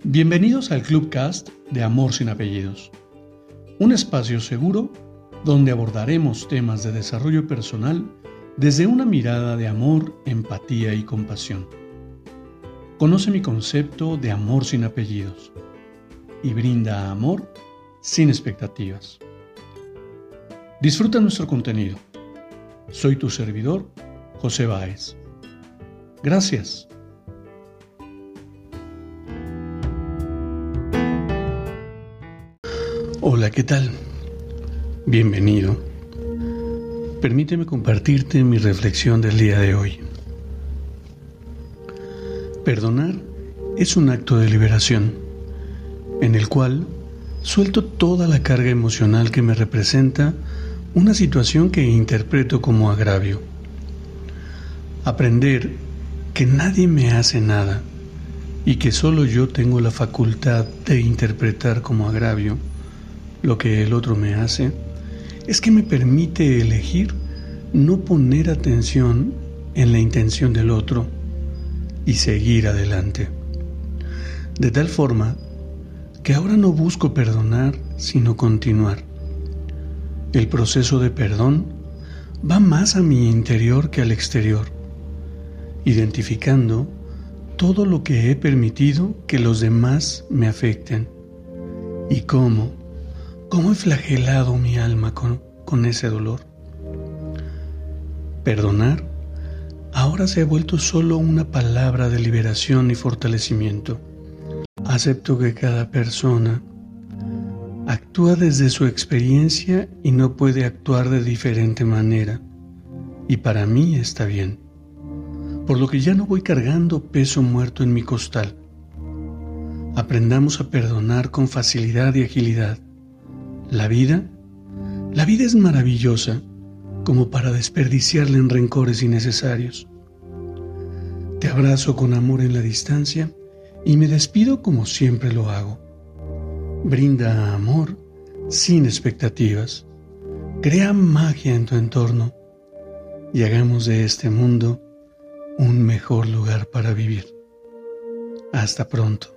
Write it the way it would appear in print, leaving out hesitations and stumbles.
Bienvenidos al Clubcast de Amor sin Apellidos, un espacio seguro donde abordaremos temas de desarrollo personal desde una mirada de amor, empatía y compasión. Conoce mi concepto de amor sin apellidos y brinda amor sin expectativas. Disfruta nuestro contenido. Soy tu servidor, José Báez. Gracias. Hola, ¿qué tal? Bienvenido. Permíteme compartirte mi reflexión del día de hoy. Perdonar es un acto de liberación, en el cual suelto toda la carga emocional que me representa una situación que interpreto como agravio. Aprender que nadie me hace nada y que solo yo tengo la facultad de interpretar como agravio lo que el otro me hace, es que me permite elegir no poner atención en la intención del otro y seguir adelante. De tal forma que ahora no busco perdonar, sino continuar. El proceso de perdón va más a mi interior que al exterior, identificando todo lo que he permitido que los demás me afecten y cómo he flagelado mi alma con ese dolor. Perdonar ahora se ha vuelto solo una palabra de liberación y fortalecimiento. Acepto que cada persona actúa desde su experiencia y no puede actuar de diferente manera, y para mí está bien, por lo que ya no voy cargando peso muerto en mi costal. Aprendamos a perdonar con facilidad y agilidad. La vida es maravillosa como para desperdiciarla en rencores innecesarios. Te abrazo con amor en la distancia y me despido como siempre lo hago. Brinda amor sin expectativas. Crea magia en tu entorno y hagamos de este mundo un mejor lugar para vivir. Hasta pronto.